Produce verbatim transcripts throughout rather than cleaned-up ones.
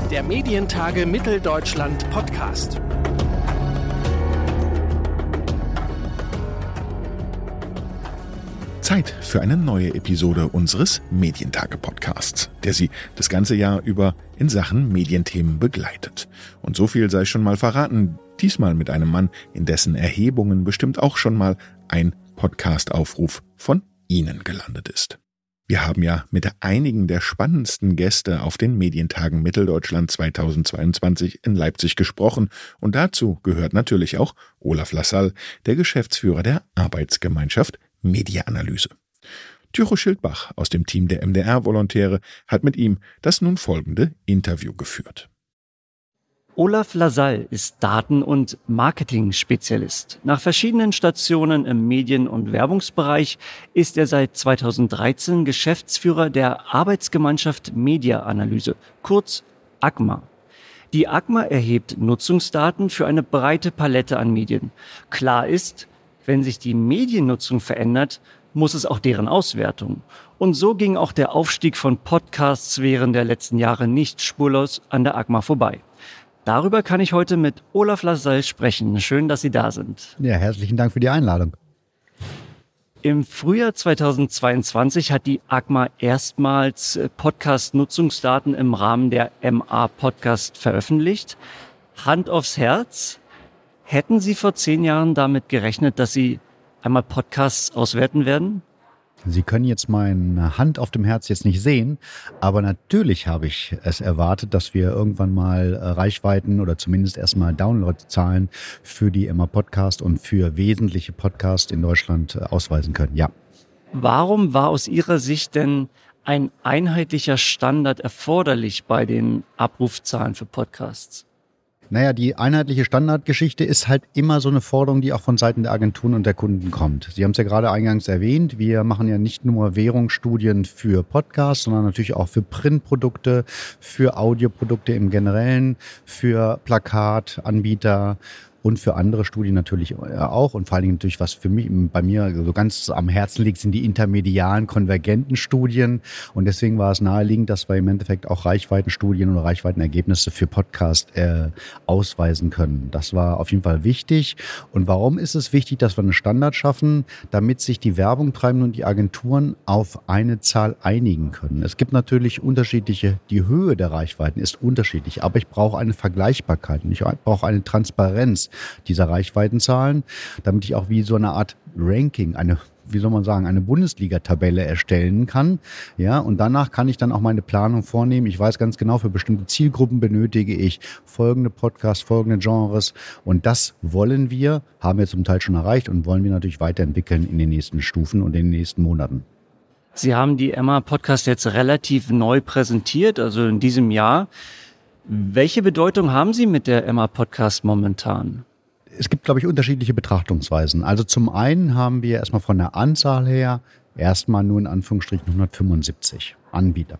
Der Medientage Mitteldeutschland Podcast. Zeit für eine neue Episode unseres Medientage-Podcasts, der Sie das ganze Jahr über in Sachen Medienthemen begleitet. Und so viel sei schon mal verraten, diesmal mit einem Mann, in dessen Erhebungen bestimmt auch schon mal ein Podcast-Aufruf von Ihnen gelandet ist. Wir haben ja mit einigen der spannendsten Gäste auf den Medientagen Mitteldeutschland zweitausendzweiundzwanzig in Leipzig gesprochen und dazu gehört natürlich auch Olaf Lassalle, der Geschäftsführer der Arbeitsgemeinschaft Mediaanalyse. Tycho Schildbach aus dem Team der M D R-Volontäre hat mit ihm das nun folgende Interview geführt. Olaf Lassalle ist Daten- und Marketing-Spezialist. Nach verschiedenen Stationen im Medien- und Werbungsbereich ist er seit zweitausenddreizehn Geschäftsführer der Arbeitsgemeinschaft Mediaanalyse, kurz A G M A. Die A G M A erhebt Nutzungsdaten für eine breite Palette an Medien. Klar ist, wenn sich die Mediennutzung verändert, muss es auch deren Auswertung. Und so ging auch der Aufstieg von Podcasts während der letzten Jahre nicht spurlos an der A G M A vorbei. Darüber kann ich heute mit Olaf Lassalle sprechen. Schön, dass Sie da sind. Ja, herzlichen Dank für die Einladung. Im Frühjahr zweitausendzweiundzwanzig hat die A G M A erstmals Podcast-Nutzungsdaten im Rahmen der M A-Podcast veröffentlicht. Hand aufs Herz, hätten Sie vor zehn Jahren damit gerechnet, dass Sie einmal Podcasts auswerten werden? Sie können jetzt meine Hand auf dem Herz jetzt nicht sehen, aber natürlich habe ich es erwartet, dass wir irgendwann mal Reichweiten oder zumindest erstmal Downloadzahlen für die M A Podcast und für wesentliche Podcasts in Deutschland ausweisen können, ja. Warum war aus Ihrer Sicht denn ein einheitlicher Standard erforderlich bei den Abrufzahlen für Podcasts? Naja, die einheitliche Standardgeschichte ist halt immer so eine Forderung, die auch von Seiten der Agenturen und der Kunden kommt. Sie haben es ja gerade eingangs erwähnt, wir machen ja nicht nur Währungsstudien für Podcasts, sondern natürlich auch für Printprodukte, für Audioprodukte im Generellen, für Plakatanbieter und für andere Studien natürlich auch. Und vor allen Dingen natürlich, was für mich, bei mir so ganz am Herzen liegt, sind die intermedialen, konvergenten Studien. Und deswegen war es naheliegend, dass wir im Endeffekt auch Reichweitenstudien oder Reichweitenergebnisse für Podcast äh, ausweisen können. Das war auf jeden Fall wichtig. Und warum ist es wichtig, dass wir einen Standard schaffen? Damit sich die Werbungtreibenden und die Agenturen auf eine Zahl einigen können. Es gibt natürlich unterschiedliche, die Höhe der Reichweiten ist unterschiedlich, aber ich brauche eine Vergleichbarkeit und ich brauche eine Transparenz dieser Reichweitenzahlen, damit ich auch wie so eine Art Ranking, eine, wie soll man sagen, eine Bundesliga-Tabelle erstellen kann. Ja, und danach kann ich dann auch meine Planung vornehmen. Ich weiß ganz genau, für bestimmte Zielgruppen benötige ich folgende Podcasts, folgende Genres. Und das wollen wir, haben wir zum Teil schon erreicht und wollen wir natürlich weiterentwickeln in den nächsten Stufen und in den nächsten Monaten. Sie haben die M A Podcast jetzt relativ neu präsentiert, also in diesem Jahr. Welche Bedeutung haben Sie mit der M A Podcast momentan? Es gibt, glaube ich, unterschiedliche Betrachtungsweisen. Also zum einen haben wir erstmal von der Anzahl her erstmal nur in Anführungsstrichen hundertfünfundsiebzig Anbieter.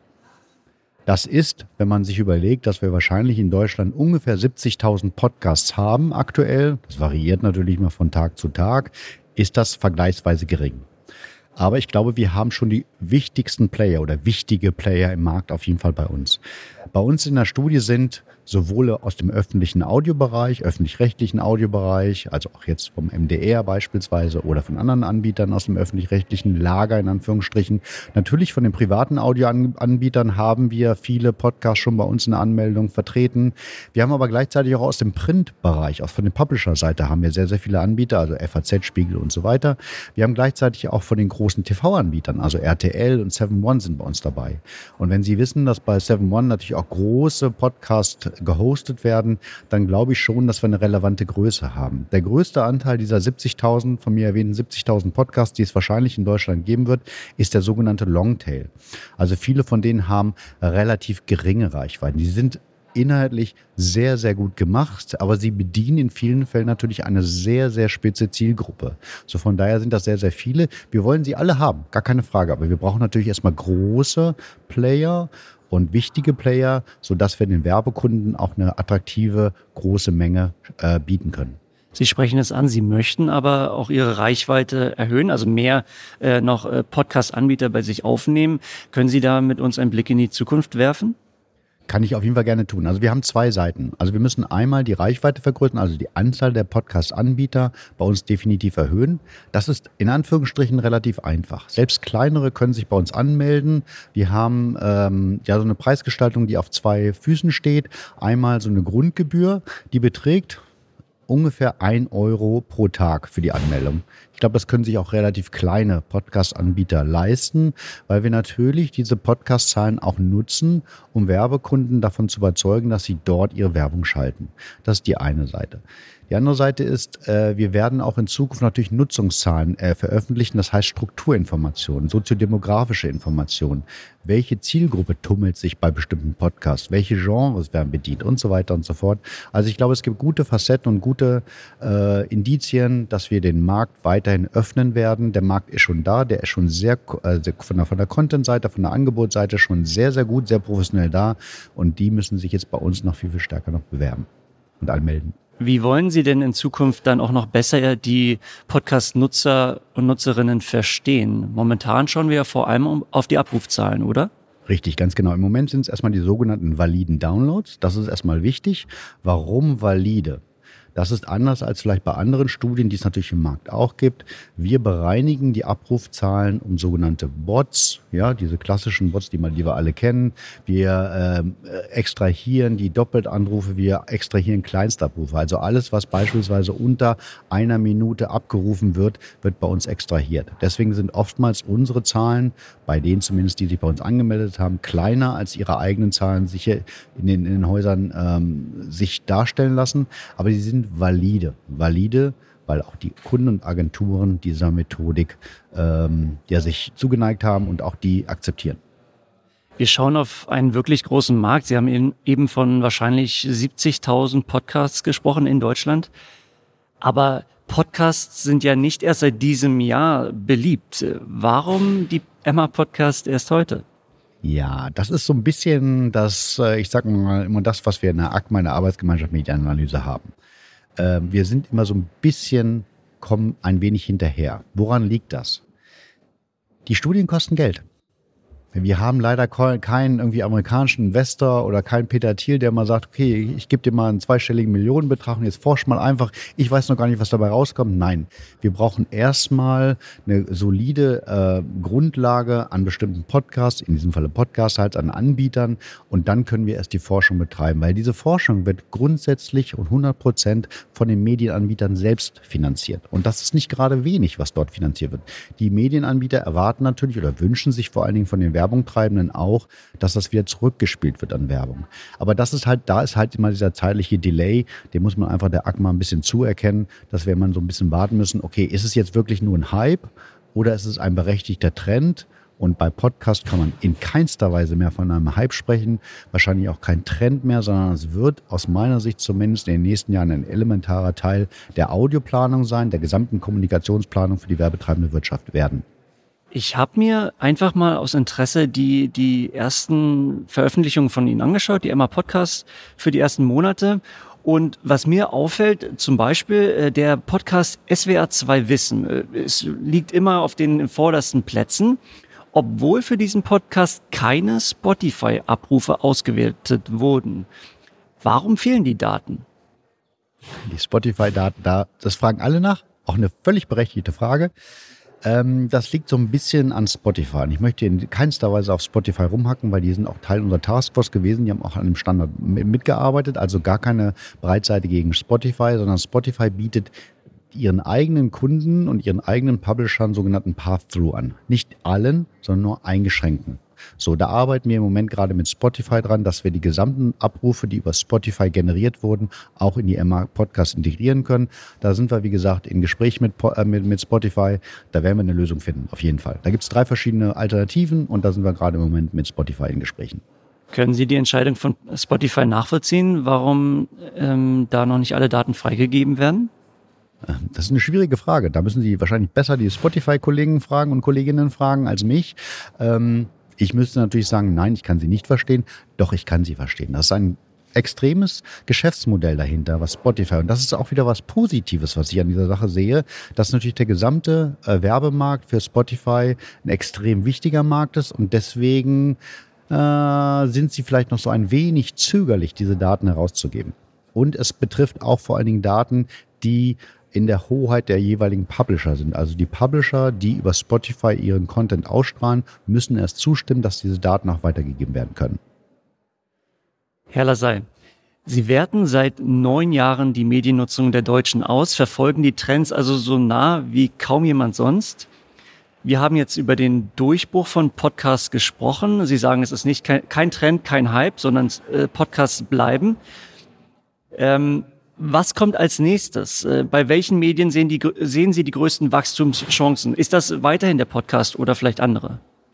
Das ist, wenn man sich überlegt, dass wir wahrscheinlich in Deutschland ungefähr siebzigtausend Podcasts haben aktuell, das variiert natürlich mal von Tag zu Tag, ist das vergleichsweise gering. Aber ich glaube, wir haben schon die wichtigsten Player oder wichtige Player im Markt auf jeden Fall bei uns. Bei uns in der Studie sind sowohl aus dem öffentlichen Audiobereich, öffentlich-rechtlichen Audiobereich, also auch jetzt vom M D R beispielsweise oder von anderen Anbietern aus dem öffentlich-rechtlichen Lager in Anführungsstrichen. Natürlich von den privaten Audioanbietern haben wir viele Podcasts schon bei uns in der Anmeldung vertreten. Wir haben aber gleichzeitig auch aus dem Printbereich, auch von der Publisher-Seite haben wir sehr, sehr viele Anbieter, also F A Z, Spiegel und so weiter. Wir haben gleichzeitig auch von den großen T V-Anbietern, also R T L und Seven One sind bei uns dabei. Und wenn Sie wissen, dass bei Seven One natürlich auch große Podcasts gehostet werden, dann glaube ich schon, dass wir eine relevante Größe haben. Der größte Anteil dieser siebzigtausend, von mir erwähnten siebzigtausend Podcasts, die es wahrscheinlich in Deutschland geben wird, ist der sogenannte Longtail. Also viele von denen haben relativ geringe Reichweiten. Die sind inhaltlich sehr, sehr gut gemacht, aber sie bedienen in vielen Fällen natürlich eine sehr, sehr spitze Zielgruppe. So von daher sind das sehr, sehr viele. Wir wollen sie alle haben, gar keine Frage, aber wir brauchen natürlich erstmal große Player und wichtige Player, sodass wir den Werbekunden auch eine attraktive, große Menge äh, bieten können. Sie sprechen es an, Sie möchten aber auch Ihre Reichweite erhöhen, also mehr äh, noch äh, Podcast-Anbieter bei sich aufnehmen. Können Sie da mit uns einen Blick in die Zukunft werfen? Kann ich auf jeden Fall gerne tun. Also wir haben zwei Seiten. Also wir müssen einmal die Reichweite vergrößern, also die Anzahl der Podcast-Anbieter bei uns definitiv erhöhen. Das ist in Anführungsstrichen relativ einfach. Selbst kleinere können sich bei uns anmelden. Wir haben ähm, ja so eine Preisgestaltung, die auf zwei Füßen steht. Einmal so eine Grundgebühr, die beträgt ungefähr ein Euro pro Tag für die Anmeldung. Ich glaube, das können sich auch relativ kleine Podcast-Anbieter leisten, weil wir natürlich diese Podcast-Zahlen auch nutzen, um Werbekunden davon zu überzeugen, dass sie dort ihre Werbung schalten. Das ist die eine Seite. Die andere Seite ist, äh, wir werden auch in Zukunft natürlich Nutzungszahlen äh, veröffentlichen, das heißt Strukturinformationen, soziodemografische Informationen. Welche Zielgruppe tummelt sich bei bestimmten Podcasts? Welche Genres werden bedient und so weiter und so fort. Also ich glaube, es gibt gute Facetten und gute äh, Indizien, dass wir den Markt weiterhin öffnen werden. Der Markt ist schon da, der ist schon sehr äh, von der, von der Content-Seite, von der Angebotsseite schon sehr, sehr gut, sehr professionell da und die müssen sich jetzt bei uns noch viel, viel stärker noch bewerben und anmelden. Wie wollen Sie denn in Zukunft dann auch noch besser die Podcast-Nutzer und Nutzerinnen verstehen? Momentan schauen wir ja vor allem auf die Abrufzahlen, oder? Richtig, ganz genau. Im Moment sind es erstmal die sogenannten validen Downloads. Das ist erstmal wichtig. Warum valide? Das ist anders als vielleicht bei anderen Studien, die es natürlich im Markt auch gibt. Wir bereinigen die Abrufzahlen um sogenannte Bots, ja, diese klassischen Bots, die, man, die wir alle kennen. Wir äh, extrahieren die Doppelanrufe, wir extrahieren Kleinstabrufe. Also alles, was beispielsweise unter einer Minute abgerufen wird, wird bei uns extrahiert. Deswegen sind oftmals unsere Zahlen, bei denen zumindest, die sich bei uns angemeldet haben, kleiner als ihre eigenen Zahlen sicher in den, in den Häusern ähm, sich darstellen lassen. Aber sie sind valide. Valide, weil auch die Kunden und Agenturen dieser Methodik ähm, ja, sich zugeneigt haben und auch die akzeptieren. Wir schauen auf einen wirklich großen Markt. Sie haben eben von wahrscheinlich siebzigtausend Podcasts gesprochen in Deutschland. Aber Podcasts sind ja nicht erst seit diesem Jahr beliebt. Warum die Emma Podcast erst heute? Ja, das ist so ein bisschen das, ich sag mal immer das, was wir in der A C M A, in der Arbeitsgemeinschaft Medienanalyse haben. Wir sind immer so ein bisschen, kommen ein wenig hinterher. Woran liegt das? Die Studien kosten Geld. Wir haben leider keinen irgendwie amerikanischen Investor oder keinen Peter Thiel, der mal sagt, okay, ich gebe dir mal einen zweistelligen Millionenbetrag und jetzt forsch mal einfach, ich weiß noch gar nicht, was dabei rauskommt. Nein, wir brauchen erstmal eine solide äh, Grundlage an bestimmten Podcasts, in diesem Falle Podcasts halt an Anbietern und dann können wir erst die Forschung betreiben, weil diese Forschung wird grundsätzlich und hundert Prozent von den Medienanbietern selbst finanziert. Und das ist nicht gerade wenig, was dort finanziert wird. Die Medienanbieter erwarten natürlich oder wünschen sich vor allen Dingen von den Werbungtreibenden auch, dass das wieder zurückgespielt wird an Werbung. Aber das ist halt, da ist halt immer dieser zeitliche Delay, den muss man einfach der A C M A ein bisschen zuerkennen, dass wir immer so ein bisschen warten müssen, okay, ist es jetzt wirklich nur ein Hype oder ist es ein berechtigter Trend? Und bei Podcast kann man in keinster Weise mehr von einem Hype sprechen, wahrscheinlich auch kein Trend mehr, sondern es wird aus meiner Sicht zumindest in den nächsten Jahren ein elementarer Teil der Audioplanung sein, der gesamten Kommunikationsplanung für die werbetreibende Wirtschaft werden. Ich habe mir einfach mal aus Interesse die die ersten Veröffentlichungen von Ihnen angeschaut, die Emma Podcast für die ersten Monate. Und was mir auffällt, zum Beispiel der Podcast S W R zwei Wissen, es liegt immer auf den vordersten Plätzen, obwohl für diesen Podcast keine Spotify-Abrufe ausgewertet wurden. Warum fehlen die Daten? Die Spotify-Daten, da, das fragen alle nach, auch eine völlig berechtigte Frage. Das liegt so ein bisschen an Spotify. Und ich möchte in keinster Weise auf Spotify rumhacken, weil die sind auch Teil unserer Taskforce gewesen. Die haben auch an dem Standard mitgearbeitet. Also gar keine Breitseite gegen Spotify, sondern Spotify bietet ihren eigenen Kunden und ihren eigenen Publishern sogenannten Path-Through an. Nicht allen, sondern nur eingeschränkten. So, da arbeiten wir im Moment gerade mit Spotify dran, dass wir die gesamten Abrufe, die über Spotify generiert wurden, auch in die Emma Podcast integrieren können. Da sind wir, wie gesagt, in Gespräch mit, äh, mit, mit Spotify. Da werden wir eine Lösung finden, auf jeden Fall. Da gibt es drei verschiedene Alternativen und da sind wir gerade im Moment mit Spotify in Gesprächen. Können Sie die Entscheidung von Spotify nachvollziehen, warum ähm, da noch nicht alle Daten freigegeben werden? Das ist eine schwierige Frage. Da müssen Sie wahrscheinlich besser die Spotify-Kollegen fragen und Kolleginnen fragen als mich. Ähm, Ich müsste natürlich sagen, nein, ich kann sie nicht verstehen. Doch, ich kann sie verstehen. Das ist ein extremes Geschäftsmodell dahinter, was Spotify, und das ist auch wieder was Positives, was ich an dieser Sache sehe, dass natürlich der gesamte äh, Werbemarkt für Spotify ein extrem wichtiger Markt ist und deswegen äh, sind sie vielleicht noch so ein wenig zögerlich, diese Daten herauszugeben. Und es betrifft auch vor allen Dingen Daten, die in der Hoheit der jeweiligen Publisher sind. Also die Publisher, die über Spotify ihren Content ausstrahlen, müssen erst zustimmen, dass diese Daten auch weitergegeben werden können. Herr Lassalle, Sie werten seit neun Jahren die Mediennutzung der Deutschen aus, verfolgen die Trends also so nah wie kaum jemand sonst. Wir haben jetzt über den Durchbruch von Podcasts gesprochen. Sie sagen, es ist nicht kein, kein Trend, kein Hype, sondern äh, Podcasts bleiben. Ähm, was kommt als nächstes? Äh, bei welchen Medien sehen, die, sehen Sie die größten Wachstumschancen? Ist das weiterhin der Podcast oder vielleicht andere?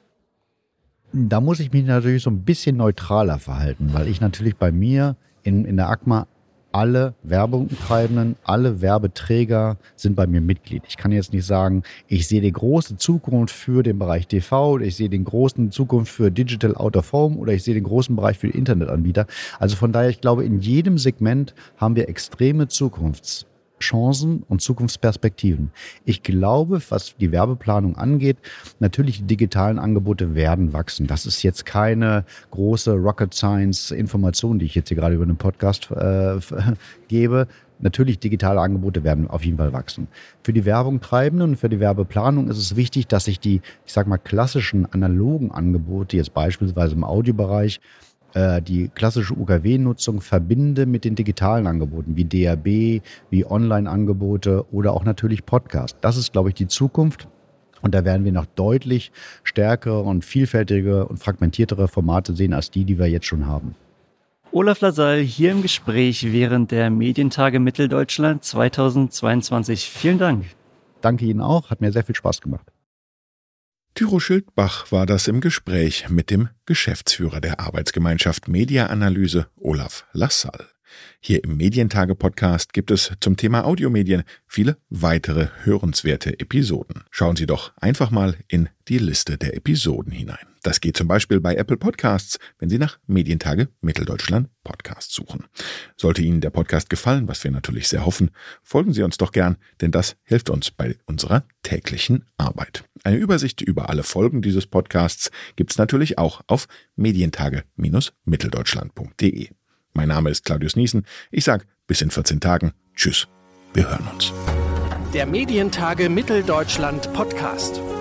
Da muss ich mich natürlich so ein bisschen neutraler verhalten, weil ich natürlich bei mir in, in der A C M A alle Werbetreibenden, alle Werbeträger sind bei mir Mitglied. Ich kann jetzt nicht sagen, ich sehe die große Zukunft für den Bereich T V oder ich sehe den großen Zukunft für Digital Out of Home oder ich sehe den großen Bereich für die Internetanbieter. Also von daher, ich glaube, in jedem Segment haben wir extreme Zukunftschancen und Zukunftsperspektiven. Ich glaube, was die Werbeplanung angeht, natürlich die digitalen Angebote werden wachsen. Das ist jetzt keine große Rocket Science Information, die ich jetzt hier gerade über einen Podcast äh, gebe. Natürlich, digitale Angebote werden auf jeden Fall wachsen. Für die Werbung Treibenden und für die Werbeplanung ist es wichtig, dass sich die, ich sag mal, klassischen analogen Angebote, jetzt beispielsweise im Audiobereich, die klassische U K W-Nutzung verbinde mit den digitalen Angeboten wie D A B, wie Online-Angebote oder auch natürlich Podcast. Das ist, glaube ich, die Zukunft. Und da werden wir noch deutlich stärkere und vielfältige und fragmentiertere Formate sehen als die, die wir jetzt schon haben. Olaf Lassalle hier im Gespräch während der Medientage Mitteldeutschland zweitausendzweiundzwanzig. Vielen Dank. Danke Ihnen auch, hat mir sehr viel Spaß gemacht. Thyro Schildbach war das im Gespräch mit dem Geschäftsführer der Arbeitsgemeinschaft Mediaanalyse, Olaf Lassalle. Hier im Medientage-Podcast gibt es zum Thema Audiomedien viele weitere hörenswerte Episoden. Schauen Sie doch einfach mal in die Liste der Episoden hinein. Das geht zum Beispiel bei Apple Podcasts, wenn Sie nach Medientage Mitteldeutschland Podcast suchen. Sollte Ihnen der Podcast gefallen, was wir natürlich sehr hoffen, folgen Sie uns doch gern, denn das hilft uns bei unserer täglichen Arbeit. Eine Übersicht über alle Folgen dieses Podcasts gibt es natürlich auch auf medientage Bindestrich mitteldeutschland punkt de. Mein Name ist Claudius Niesen. Ich sage bis in vierzehn Tagen. Tschüss, wir hören uns. Der Medientage Mitteldeutschland Podcast.